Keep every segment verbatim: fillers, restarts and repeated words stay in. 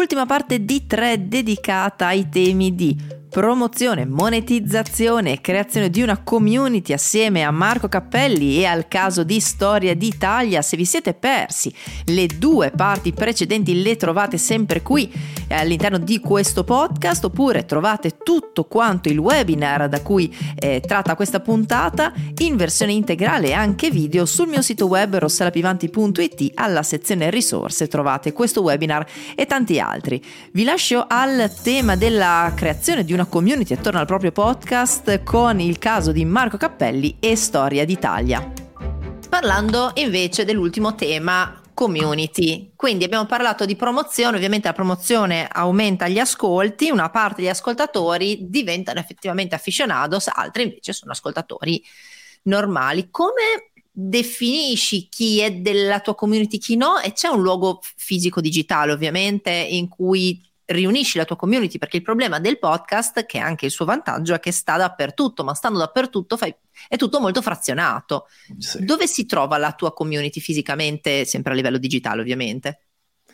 ultima parte di tre dedicata ai temi di promozione, monetizzazione e creazione di una community assieme a Marco Cappelli e al caso di Storia d'Italia. Se vi siete persi le due parti precedenti le trovate sempre qui all'interno di questo podcast, oppure trovate tutto quanto il webinar da cui eh, tratta questa puntata in versione integrale e anche video sul mio sito web rossalapivanti punto it. Alla sezione risorse trovate questo webinar e tanti altri. Vi lascio al tema della creazione di una community attorno al proprio podcast con il caso di Marco Cappelli e Storia d'Italia. Parlando invece dell'ultimo tema, community. Quindi abbiamo parlato di promozione, ovviamente la promozione aumenta gli ascolti, una parte degli ascoltatori diventano effettivamente aficionados, altri invece sono ascoltatori normali. Come definisci chi è della tua community, chi no? E c'è un luogo fisico digitale ovviamente in cui riunisci la tua community, perché il problema del podcast, che è anche il suo vantaggio, è che sta dappertutto, ma stando dappertutto fai, è tutto molto frazionato. Sì. Dove si trova la tua community fisicamente, sempre a livello digitale ovviamente?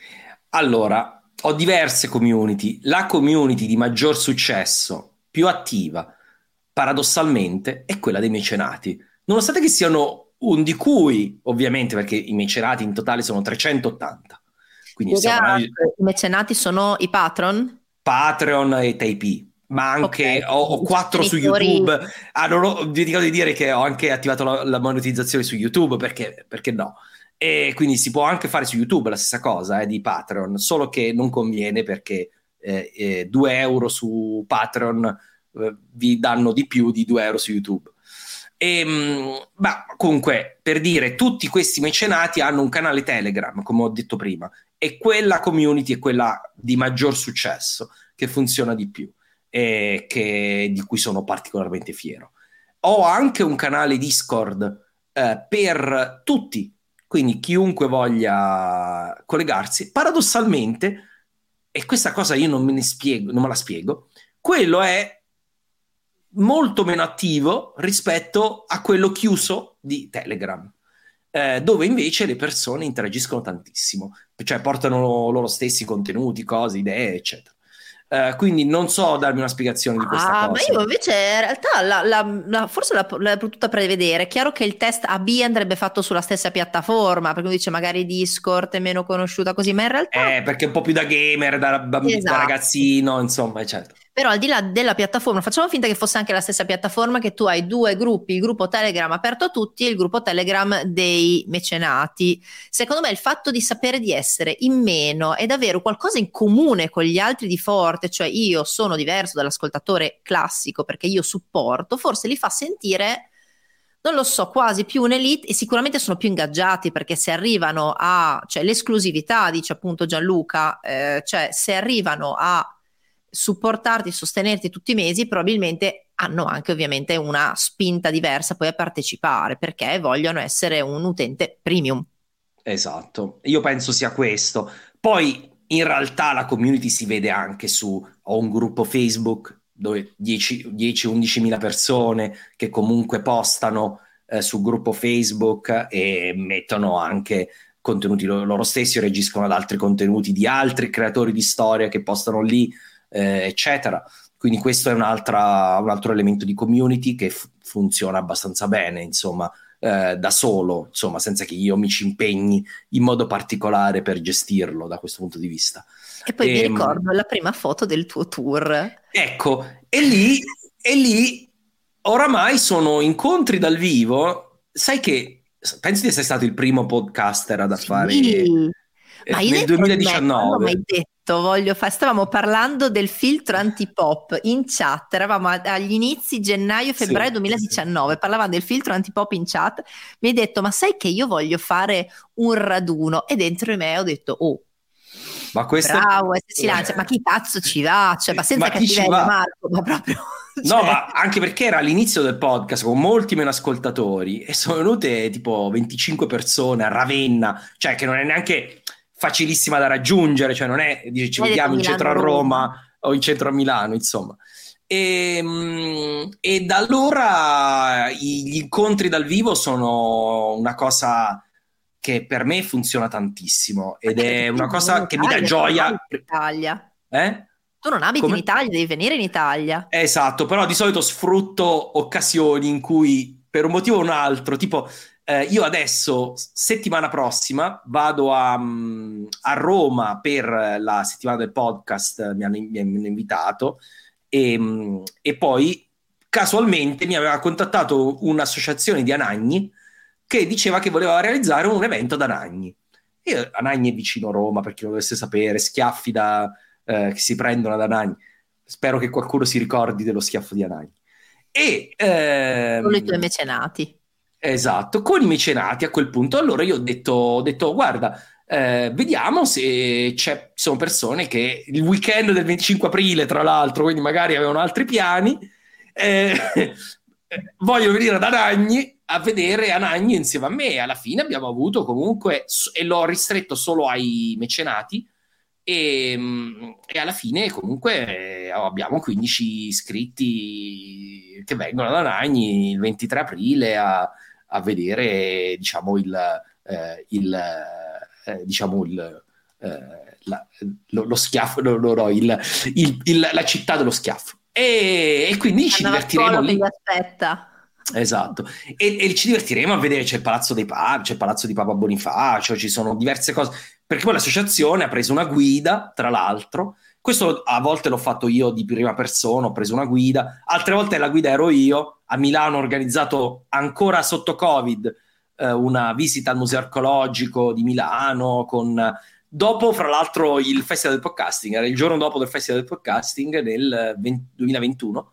Allora, ho diverse community. La community di maggior successo, più attiva, paradossalmente, è quella dei mecenati. Nonostante che siano un di cui, ovviamente, perché i mecenati in totale sono trecentottanta. Quindi stiamo... I mecenati sono i patron? Patreon e Tipeee, ma anche okay. ho, ho quattro su YouTube. Ah, non ho dimenticato di dire che ho anche attivato la, la monetizzazione su YouTube, perché, perché no? E quindi si può anche fare su YouTube la stessa cosa eh, di Patreon, solo che non conviene perché eh, eh, due euro su Patreon eh, vi danno di più di due euro su YouTube. E, ma comunque, per dire, tutti questi mecenati hanno un canale Telegram, come ho detto prima, e quella community è quella di maggior successo, che funziona di più e che, di cui sono particolarmente fiero. Ho anche un canale Discord eh, per tutti, quindi chiunque voglia collegarsi. Paradossalmente, e questa cosa io non me ne spiego, non me la spiego, quello è molto meno attivo rispetto a quello chiuso di Telegram, eh, dove invece le persone interagiscono tantissimo, cioè portano loro stessi contenuti, cose, idee, eccetera. Uh, quindi non so darmi una spiegazione di questa ah, cosa. Ma io invece in realtà la, la, la, forse l'ho potuta prevedere. È chiaro che il test A B andrebbe fatto sulla stessa piattaforma, perché uno dice magari Discord è meno conosciuta così, ma in realtà eh, perché è un po' più da gamer, da, bamb- esatto. da ragazzino, insomma, eccetera. Però al di là della piattaforma, facciamo finta che fosse anche la stessa piattaforma, che tu hai due gruppi, il gruppo Telegram aperto a tutti e il gruppo Telegram dei mecenati. Secondo me il fatto di sapere di essere in meno ed avere qualcosa in comune con gli altri di forte, cioè io sono diverso dall'ascoltatore classico perché io supporto, forse li fa sentire, non lo so, quasi più un'elite, e sicuramente sono più ingaggiati, perché se arrivano a, cioè l'esclusività, dice appunto Gianluca, eh, cioè se arrivano a supportarti, sostenerti tutti i mesi, probabilmente hanno anche ovviamente una spinta diversa poi a partecipare, perché vogliono essere un utente premium. Esatto, io penso sia questo. Poi in realtà la community si vede anche su, ho un gruppo Facebook dove dieci undici mila persone che comunque postano eh, sul gruppo Facebook e mettono anche contenuti loro stessi, o reagiscono ad altri contenuti di altri creatori di storia che postano lì, eh, eccetera. Quindi questo è un'altra, un altro elemento di community che f- funziona abbastanza bene, insomma, eh, da solo, insomma, senza che io mi ci impegni in modo particolare per gestirlo da questo punto di vista. E poi e, mi ricordo la prima foto del tuo tour. Ecco, e lì, e lì oramai sono incontri dal vivo. Sai che penso di essere stato il primo podcaster ad sì. fare eh, Ma nel duemiladiciannove. Me, detto, voglio fare, stavamo parlando del filtro antipop in chat, eravamo agli inizi gennaio-febbraio sì, duemiladiciannove, sì. Parlavamo del filtro antipop in chat, mi hai detto ma sai che io voglio fare un raduno, e dentro di me ho detto oh, ma questo bravo, e si lancia, ma chi cazzo ci va? Cioè, ma senza cattiveria, Marco, ma proprio... No, cioè... ma anche perché era all'inizio del podcast con molti meno ascoltatori e sono venute tipo venticinque persone a Ravenna, cioè che non è neanche facilissima da raggiungere, cioè non è, dice, ci vediamo in centro a Roma, Roma o in centro a Milano, insomma. E, e da allora gli incontri dal vivo sono una cosa che per me funziona tantissimo ed Perché è tu una non cosa in che mi dà Italia, tu non gioia. abiti in Italia. Eh? Tu non abiti in Come? Italia, devi venire in Italia. Esatto, però di solito sfrutto occasioni in cui per un motivo o un altro, tipo eh, io adesso, settimana prossima, vado a, mm, a Roma per la settimana del podcast, mi hanno, mi hanno invitato e, mm, e poi casualmente mi aveva contattato un'associazione di Anagni che diceva che voleva realizzare un evento ad Anagni. Io, Anagni è vicino a Roma, per chi lo dovesse sapere, schiaffi da, eh, che si prendono ad Anagni. Spero che qualcuno si ricordi dello schiaffo di Anagni. E, Solo i tuoi ehm, mecenati. esatto, con i mecenati a quel punto. Allora io ho detto, ho detto guarda, eh, vediamo se c'è, ci sono persone che il weekend del venticinque aprile, tra l'altro, quindi magari avevano altri piani, eh, vogliono venire ad Anagni a vedere Anagni insieme a me. Alla fine abbiamo avuto comunque, e l'ho ristretto solo ai mecenati, e, e alla fine comunque eh, abbiamo quindici iscritti che vengono da Nagni il ventitré aprile a, a vedere diciamo il, eh, il eh, diciamo il eh, la, lo, lo schiaffo no, no, no, il, il, il, la città dello schiaffo e, e quindi ci divertiremo lì. Aspetta. Esatto, e, e ci divertiremo a vedere, c'è il Palazzo dei Papi, c'è il Palazzo di Papa Bonifacio, ci sono diverse cose, perché poi l'associazione ha preso una guida, tra l'altro, questo a volte l'ho fatto io di prima persona, ho preso una guida, altre volte la guida ero io. A Milano ho organizzato ancora sotto Covid eh, una visita al Museo Archeologico di Milano, con dopo fra l'altro il Festival del Podcasting, era il giorno dopo del Festival del Podcasting nel duemilaventuno.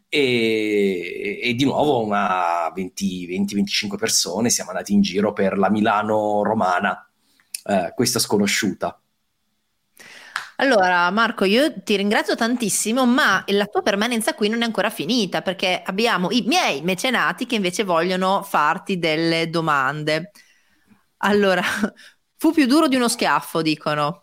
E, e di nuovo una venti venticinque persone siamo andati in giro per la Milano romana, eh, questa sconosciuta. Allora Marco, io ti ringrazio tantissimo, ma la tua permanenza qui non è ancora finita perché abbiamo i miei mecenati che invece vogliono farti delle domande. Allora, fu più duro di uno schiaffo, dicono.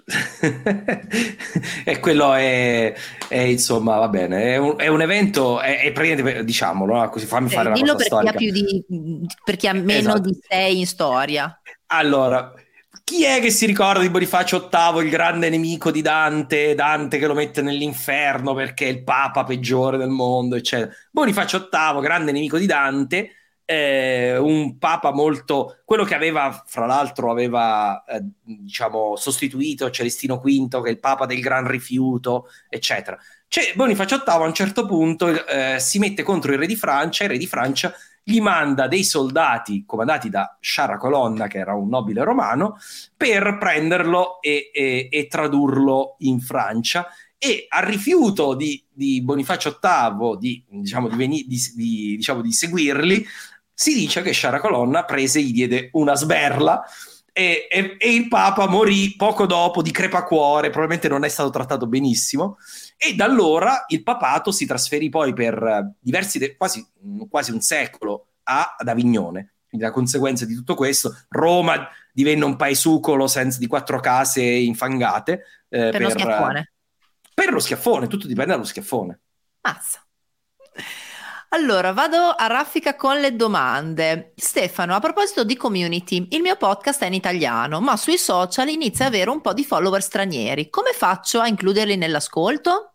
E quello è, è insomma va bene, è un, è un evento, è, è praticamente, diciamolo, no? Così fammi Eh, fare la dillo cosa per chi ha storica. più di, per chi ha meno Esatto. di sei in storia. Allora, chi è che si ricorda di Bonifacio ottavo, il grande nemico di Dante, Dante che lo mette nell'inferno perché è il papa peggiore del mondo, eccetera. Bonifacio ottavo, grande nemico di Dante, eh, un papa molto, quello che aveva, fra l'altro, aveva eh, diciamo sostituito Celestino quinto, che è il papa del gran rifiuto, eccetera. Cioè, Bonifacio ottavo a un certo punto eh, si mette contro il re di Francia, il re di Francia gli manda dei soldati comandati da Sciarra Colonna, che era un nobile romano, per prenderlo e, e, e tradurlo in Francia. E al rifiuto di, di Bonifacio ottavo di, diciamo, di, veni, di, di, diciamo, di seguirli, si dice che Sciarra Colonna prese, gli diede una sberla e, e, e il Papa morì poco dopo di crepacuore, probabilmente non è stato trattato benissimo. E da allora il papato si trasferì poi per diversi, de- quasi, quasi un secolo a, ad Avignone. Quindi la conseguenza di tutto questo, Roma divenne un paesucolo senza, di quattro case infangate. Eh, Per, per lo schiaffone. Per lo schiaffone, tutto dipende dallo schiaffone. Mazza. Allora, vado a raffica con le domande. Stefano, a proposito di community, il mio podcast è in italiano, ma sui social inizia ad avere un po' di follower stranieri. Come faccio a includerli nell'ascolto?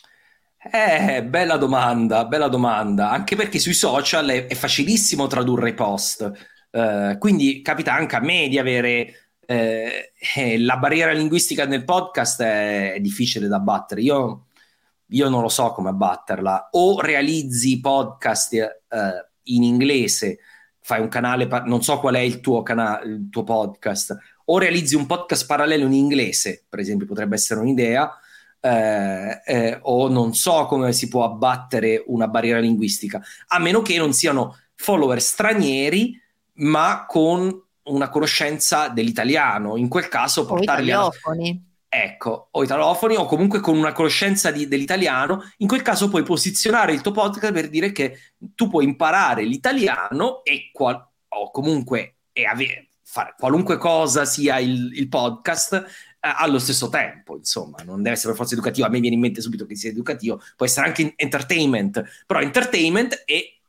Eh, bella domanda, bella domanda. Anche perché sui social è, è facilissimo tradurre i post. Eh, quindi capita anche a me di avere eh, eh, la barriera linguistica nel podcast è, è difficile da abbattere. Io io non lo so come abbatterla. O realizzi podcast eh, in inglese, fai un canale, non so qual è il tuo canale, il tuo podcast, o realizzi un podcast parallelo in inglese, per esempio, potrebbe essere un'idea, eh, eh, o non so come si può abbattere una barriera linguistica, a meno che non siano follower stranieri, ma con una conoscenza dell'italiano. In quel caso portarli alla... Ecco, o italofoni o comunque con una conoscenza di, dell'italiano. In quel caso puoi posizionare il tuo podcast per dire che tu puoi imparare l'italiano e qual- o comunque e ave- fare qualunque cosa sia il, il podcast eh, allo stesso tempo, insomma, non deve essere per forza educativo. A me viene in mente subito che sia educativo, può essere anche entertainment, però entertainment e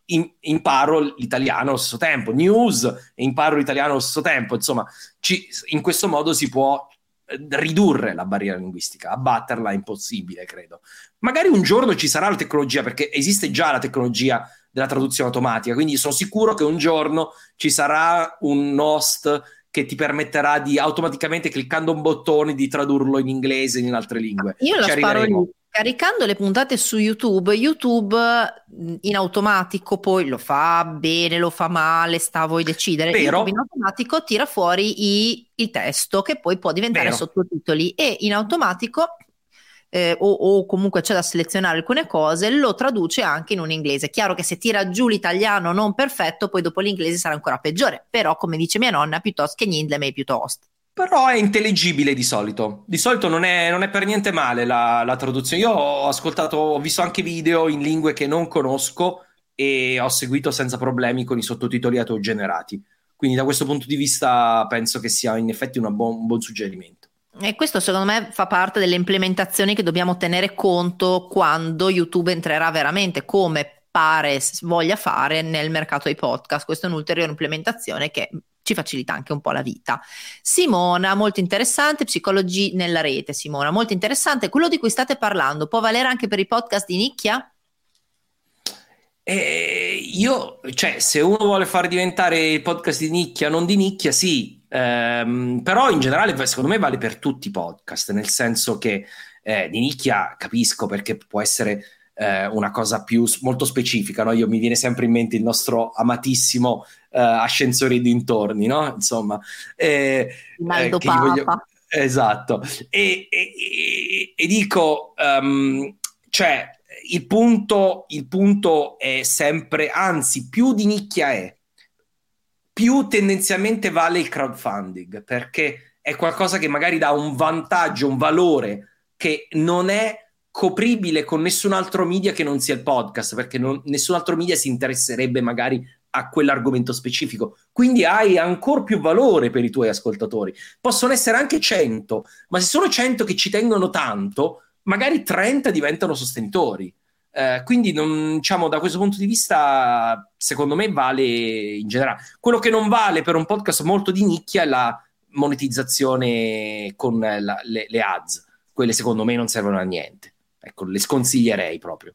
in, imparo l'italiano allo stesso tempo, news e imparo l'italiano allo stesso tempo, insomma, ci, in questo modo si può ridurre la barriera linguistica, abbatterla è impossibile, credo. Magari un giorno ci sarà la tecnologia, perché esiste già la tecnologia della traduzione automatica, quindi sono sicuro che un giorno ci sarà un host che ti permetterà di automaticamente, cliccando un bottone, di tradurlo in inglese e in altre lingue. Io la ci sparo arriveremo. lì. Caricando le puntate su YouTube, YouTube in automatico poi lo fa bene, lo fa male, sta a voi decidere. Vero. YouTube in automatico tira fuori i, il testo che poi può diventare Vero. sottotitoli, e in automatico eh, o, o comunque c'è da selezionare alcune cose, lo traduce anche in un inglese. Chiaro che se tira giù l'italiano non perfetto, poi dopo l'inglese sarà ancora peggiore, però come dice mia nonna, piuttosto che niente meglio piuttosto. Però è intelligibile di solito. Di solito non è, non è per niente male la, la traduzione. Io ho ascoltato, ho visto anche video in lingue che non conosco e ho seguito senza problemi con i sottotitoli autogenerati. Quindi da questo punto di vista penso che sia in effetti una buon, un buon suggerimento. E questo secondo me fa parte delle implementazioni che dobbiamo tenere conto quando YouTube entrerà veramente, come pare voglia fare, nel mercato dei podcast. Questa è un'ulteriore implementazione che ci facilita anche un po' la vita. Simona, molto interessante, psicologia nella rete. Simona, molto interessante. Quello di cui state parlando può valere anche per i podcast di nicchia? Eh, io, cioè, se uno vuole far diventare il podcast di nicchia, non di nicchia, sì. Ehm, però in generale, secondo me, vale per tutti i podcast, nel senso che eh, di nicchia capisco, perché può essere eh, una cosa più molto specifica, no? Io mi viene sempre in mente il nostro amatissimo Uh, ascensori e dintorni, no? Insomma, eh, eh, che gli voglio... esatto. E, e, e, e dico, um, cioè, il punto, il punto è sempre, anzi, più di nicchia è, più tendenzialmente vale il crowdfunding, perché è qualcosa che magari dà un vantaggio, un valore che non è copribile con nessun altro media che non sia il podcast, perché non, nessun altro media si interesserebbe magari a quell'argomento specifico, quindi hai ancora più valore per i tuoi ascoltatori. Possono essere anche cento, ma se sono cento che ci tengono tanto, magari trenta diventano sostenitori. Eh, quindi non, diciamo, da questo punto di vista secondo me vale in generale. Quello che non vale per un podcast molto di nicchia è la monetizzazione con la, le, le ads. Quelle secondo me non servono a niente, ecco, le sconsiglierei proprio.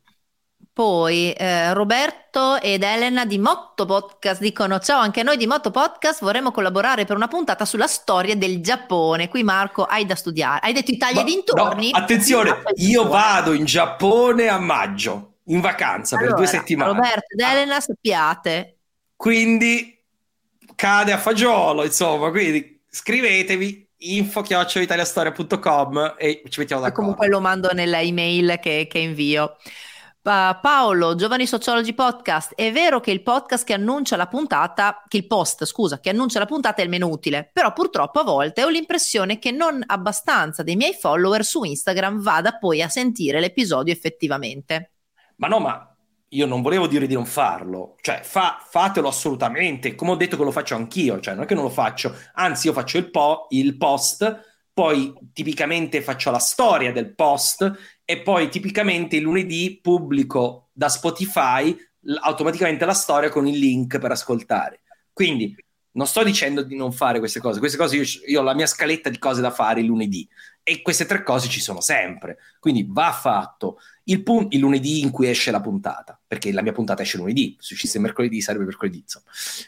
Poi eh, Roberto ed Elena di Motto Podcast dicono: ciao, anche noi di Motto Podcast vorremmo collaborare per una puntata sulla storia del Giappone. Qui Marco hai da studiare, hai detto Italia e dintorni. No, attenzione, io vado in Giappone a maggio in vacanza allora, per due settimane. Roberto ed Elena, ah. sappiate, quindi cade a fagiolo, insomma, quindi scrivetevi info chiocciola italiastoria punto com e ci mettiamo d'accordo. E comunque lo mando nella email che, che invio. Uh, Paolo, Giovani Sociologi Podcast, è vero che il podcast che annuncia la puntata, che il post, scusa, che annuncia la puntata è il meno utile, però purtroppo a volte ho l'impressione che non abbastanza dei miei follower su Instagram vada poi a sentire l'episodio effettivamente. Ma no, ma io non volevo dire di non farlo, cioè fa, fatelo assolutamente, come ho detto che lo faccio anch'io, cioè non è che non lo faccio, anzi io faccio il, po- il post, poi tipicamente faccio la storia del post e poi tipicamente il lunedì pubblico da Spotify l- automaticamente la storia con il link per ascoltare. Quindi non sto dicendo di non fare queste cose, queste cose io, io ho la mia scaletta di cose da fare il lunedì e queste tre cose ci sono sempre, quindi va fatto il, pun- il lunedì in cui esce la puntata, perché la mia puntata esce lunedì, se uscisse mercoledì sarebbe mercoledì, insomma.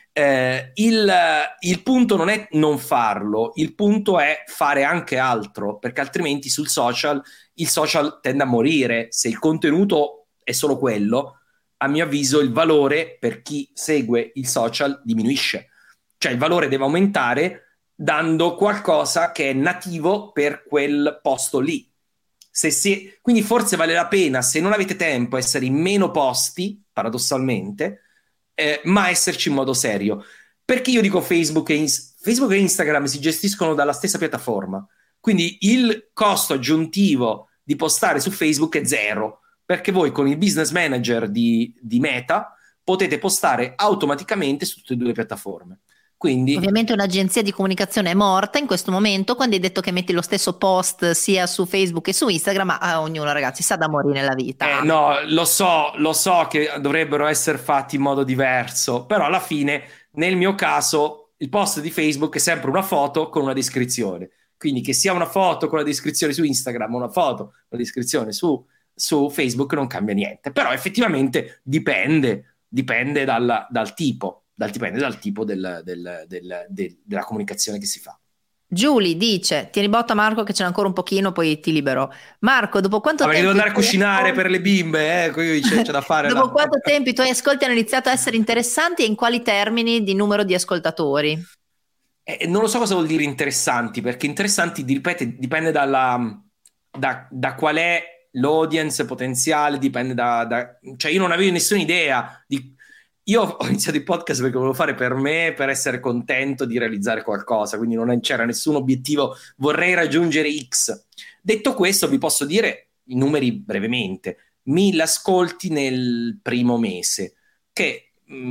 Eh, il, il punto non è non farlo, il punto è fare anche altro, perché altrimenti sul social il social tende a morire. Se il contenuto è solo quello, a mio avviso il valore per chi segue il social diminuisce, cioè il valore deve aumentare dando qualcosa che è nativo per quel posto lì. Se si... Quindi forse vale la pena, se non avete tempo, essere in meno posti, paradossalmente, eh, ma esserci in modo serio. Perché io dico Facebook e, Inst- Facebook e Instagram si gestiscono dalla stessa piattaforma, quindi il costo aggiuntivo di postare su Facebook è zero, perché voi con il business manager di, di Meta potete postare automaticamente su tutte e due le piattaforme. Quindi ovviamente un'agenzia di comunicazione è morta in questo momento quando hai detto che metti lo stesso post sia su Facebook che su Instagram, ma ah, ognuno, ragazzi, sa da morire nella vita. Eh, no, lo so, lo so che dovrebbero essere fatti in modo diverso, però alla fine, nel mio caso, il post di Facebook è sempre una foto con una descrizione. Quindi che sia una foto con la descrizione su Instagram o una foto con la descrizione su, su Facebook non cambia niente. Però effettivamente dipende, dipende dal, dal tipo, dal, dipende dal tipo del, del, del, del, della comunicazione che si fa. Giulia dice: tieni botta Marco che c'è ancora un pochino, poi ti libero. Marco, dopo quanto ah, tempo devo andare a cucinare per le bimbe, eh? Qui c'è, c'è da fare. Dopo là. quanto tempo i tuoi ascolti hanno iniziato a essere interessanti e in quali termini di numero di ascoltatori? Eh, non lo so cosa vuol dire interessanti, perché interessanti dipende, dipende dalla, da, da qual è l'audience potenziale, dipende da, da... Cioè io non avevo nessuna idea di... Io ho iniziato il podcast perché volevo fare per me, per essere contento di realizzare qualcosa, quindi non c'era nessun obiettivo, vorrei raggiungere X. Detto questo, vi posso dire i numeri brevemente. Mille ascolti nel primo mese, che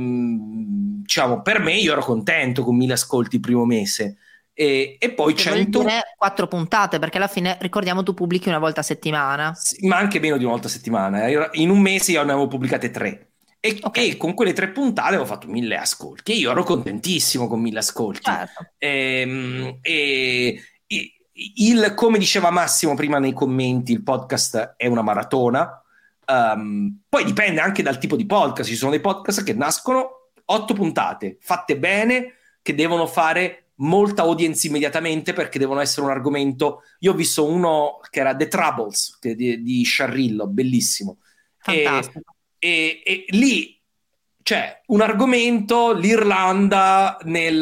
mh, diciamo per me io ero contento con mille ascolti il primo mese. E, e poi che cento... vuol dire quattro puntate, perché alla fine, ricordiamo, tu pubblichi una volta a settimana. Sì, ma anche meno di una volta a settimana. In un mese io ne avevo pubblicate tre. E, okay. e con quelle tre puntate avevo fatto mille ascolti e io ero contentissimo con mille ascolti. Certo. E, e, e il, come diceva Massimo prima nei commenti, il podcast è una maratona. Um, poi dipende anche dal tipo di podcast. Ci sono dei podcast che nascono otto puntate fatte bene, che devono fare molta audience immediatamente perché devono essere un argomento. Io ho visto uno che era The Troubles che, di, di Sciarrillo, bellissimo. Fantastico. E, e, e lì c'è un argomento, l'Irlanda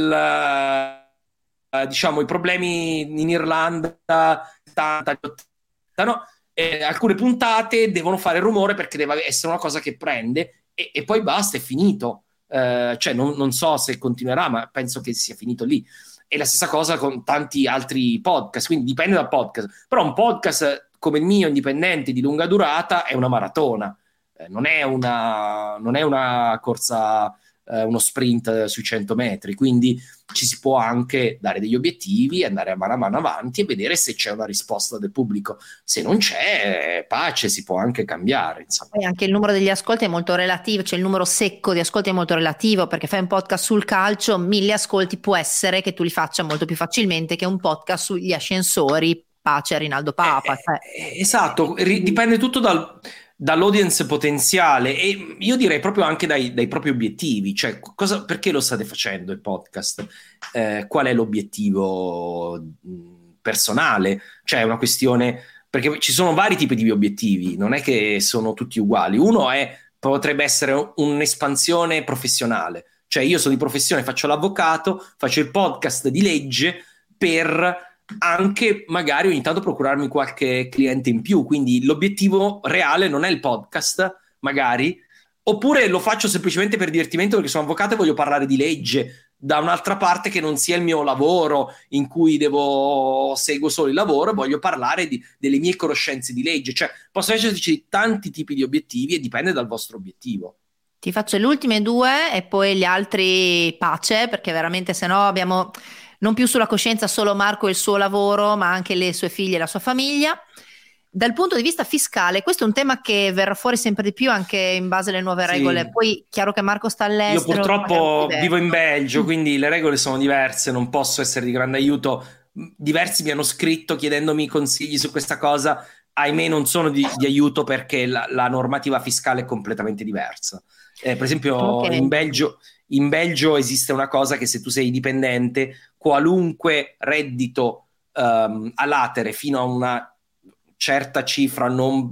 nel uh, diciamo i problemi in Irlanda settanta, ottanta, no? E alcune puntate devono fare rumore perché deve essere una cosa che prende e, e poi basta, è finito. Uh, cioè non, non so se continuerà, ma penso che sia finito lì. E la stessa cosa con tanti altri podcast, quindi dipende dal podcast. Però un podcast come il mio, indipendente, di lunga durata, è una maratona. Eh, non è una, non è una corsa, eh, uno sprint sui cento metri, quindi ci si può anche dare degli obiettivi, andare a mano a mano avanti e vedere se c'è una risposta del pubblico. Se non c'è, pace, si può anche cambiare, insomma. Poi anche il numero degli ascolti è molto relativo, cioè il numero secco di ascolti è molto relativo, perché fai un podcast sul calcio, mille ascolti può essere che tu li faccia molto più facilmente che un podcast sugli ascensori, pace a Rinaldo Papa. Eh, cioè. eh, esatto, R- dipende tutto dal... dall'audience potenziale e io direi proprio anche dai, dai propri obiettivi, cioè cosa, perché lo state facendo il podcast, eh, qual è l'obiettivo personale, cioè è una questione, perché ci sono vari tipi di obiettivi, non è che sono tutti uguali. Uno è, potrebbe essere un'espansione professionale, cioè io sono di professione, faccio l'avvocato, faccio il podcast di legge per anche magari ogni tanto procurarmi qualche cliente in più, quindi l'obiettivo reale non è il podcast magari, oppure lo faccio semplicemente per divertimento perché sono avvocato e voglio parlare di legge da un'altra parte che non sia il mio lavoro in cui devo seguo solo il lavoro e voglio parlare di, delle mie conoscenze di legge, cioè possono esserci tanti tipi di obiettivi e dipende dal vostro obiettivo. Ti faccio le ultime due e poi gli altri pace, perché veramente sennò abbiamo non più sulla coscienza solo Marco e il suo lavoro, ma anche le sue figlie e la sua famiglia. Dal punto di vista fiscale, questo è un tema che verrà fuori sempre di più anche in base alle nuove regole. Sì. Poi chiaro che Marco sta all'estero. Io purtroppo vivo in Belgio, quindi le regole sono diverse, non posso essere di grande aiuto. Diversi mi hanno scritto chiedendomi consigli su questa cosa. Ahimè non sono di, di aiuto perché la, la normativa fiscale è completamente diversa. Eh, per esempio okay. in Belgio in Belgio esiste una cosa che se tu sei dipendente, qualunque reddito um, a latere fino a una certa cifra non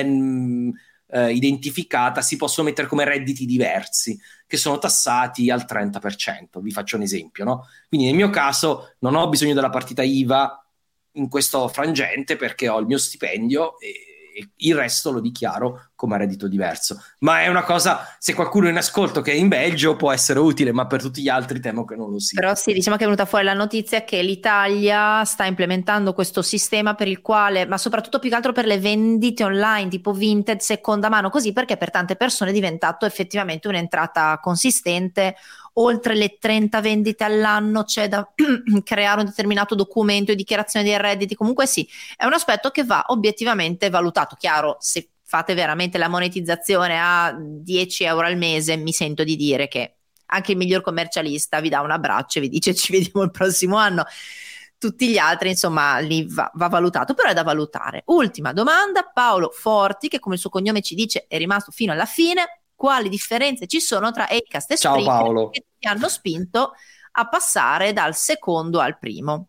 ben uh, identificata si possono mettere come redditi diversi che sono tassati al trenta per cento. Vi faccio un esempio, no? Quindi nel mio caso non ho bisogno della partita I V A in questo frangente perché ho il mio stipendio e e il resto lo dichiaro come reddito diverso. Ma è una cosa, se qualcuno in ascolto che è in Belgio può essere utile, ma per tutti gli altri temo che non lo sia. Però sì, diciamo che è venuta fuori la notizia che l'Italia sta implementando questo sistema per il quale, ma soprattutto più che altro per le vendite online tipo Vinted, seconda mano, così, perché per tante persone è diventato effettivamente un'entrata consistente, oltre le trenta vendite all'anno c'è da creare un determinato documento di dichiarazione dei redditi. Comunque sì, è un aspetto che va obiettivamente valutato. Chiaro, se fate veramente la monetizzazione a dieci euro al mese, mi sento di dire che anche il miglior commercialista vi dà un abbraccio e vi dice ci vediamo il prossimo anno. Tutti gli altri, insomma, lì va, va valutato, però è da valutare. Ultima domanda, Paolo Forti, che come il suo cognome ci dice è rimasto fino alla fine. Quali differenze ci sono tra Acast e Ciao Spreaker Paolo. che ti hanno spinto a passare dal secondo al primo?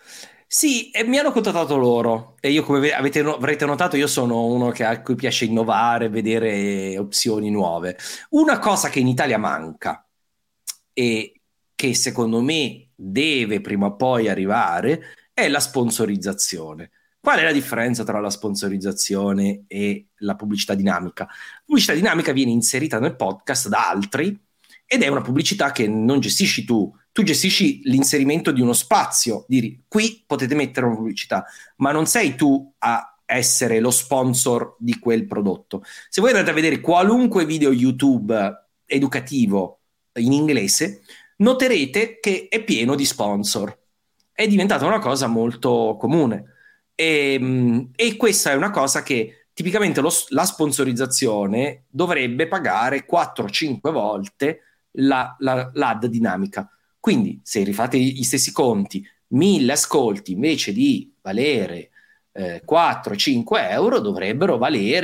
Sì, e mi hanno contattato loro e io, come avete, avrete notato, io sono uno che a cui piace innovare, vedere opzioni nuove. Una cosa che in Italia manca e che secondo me deve prima o poi arrivare è la sponsorizzazione. Qual è la differenza tra la sponsorizzazione e la pubblicità dinamica? La pubblicità dinamica viene inserita nel podcast da altri ed è una pubblicità che non gestisci tu. Tu gestisci l'inserimento di uno spazio, di qui potete mettere una pubblicità, ma non sei tu a essere lo sponsor di quel prodotto. Se voi andate a vedere qualunque video YouTube educativo in inglese, noterete che è pieno di sponsor. È diventata una cosa molto comune. E, e questa è una cosa che tipicamente lo, la sponsorizzazione dovrebbe pagare quattro cinque volte la, la, l'ad dinamica. Quindi se rifate gli stessi conti, mille ascolti invece di valere eh, quattro cinque euro dovrebbero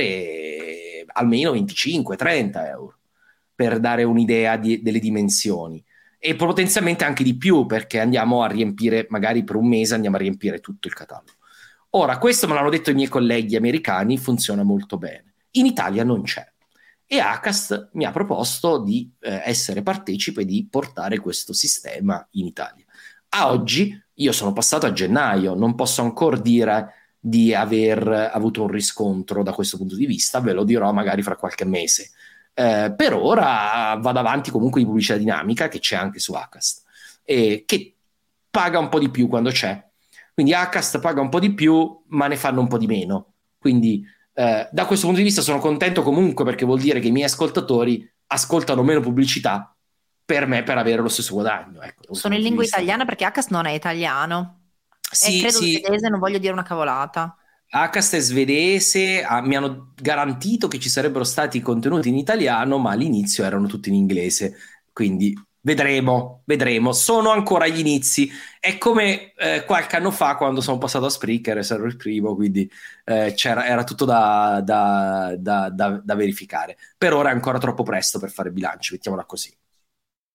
valere almeno venticinque trenta euro, per dare un'idea di, delle dimensioni, e potenzialmente anche di più, perché andiamo a riempire, magari per un mese andiamo a riempire tutto il catalogo. Ora, questo me l'hanno detto i miei colleghi americani, funziona molto bene. In Italia non c'è. E Acast mi ha proposto di eh, essere partecipe, di portare questo sistema in Italia. A oggi, io sono passato a gennaio, non posso ancora dire di aver avuto un riscontro da questo punto di vista, ve lo dirò magari fra qualche mese. Eh, per ora vado avanti comunque di pubblicità dinamica, che c'è anche su Acast, e che paga un po' di più quando c'è. Quindi Acast paga un po' di più, ma ne fanno un po' di meno. Quindi Eh, da questo punto di vista sono contento comunque, perché vuol dire che i miei ascoltatori ascoltano meno pubblicità per me, per avere lo stesso guadagno. Ecco, sono in lingua italiana perché Acast non è italiano. Sì, è credo sì. svedese, non voglio dire una cavolata. Acast è svedese, ah, mi hanno garantito che ci sarebbero stati contenuti in italiano, ma all'inizio erano tutti in inglese, quindi vedremo, vedremo. Sono ancora agli inizi. È come eh, qualche anno fa, quando sono passato a Spreaker, ero il primo, quindi eh, c'era, era tutto da, da, da, da, da verificare. Per ora è ancora troppo presto per fare bilanci, mettiamola così.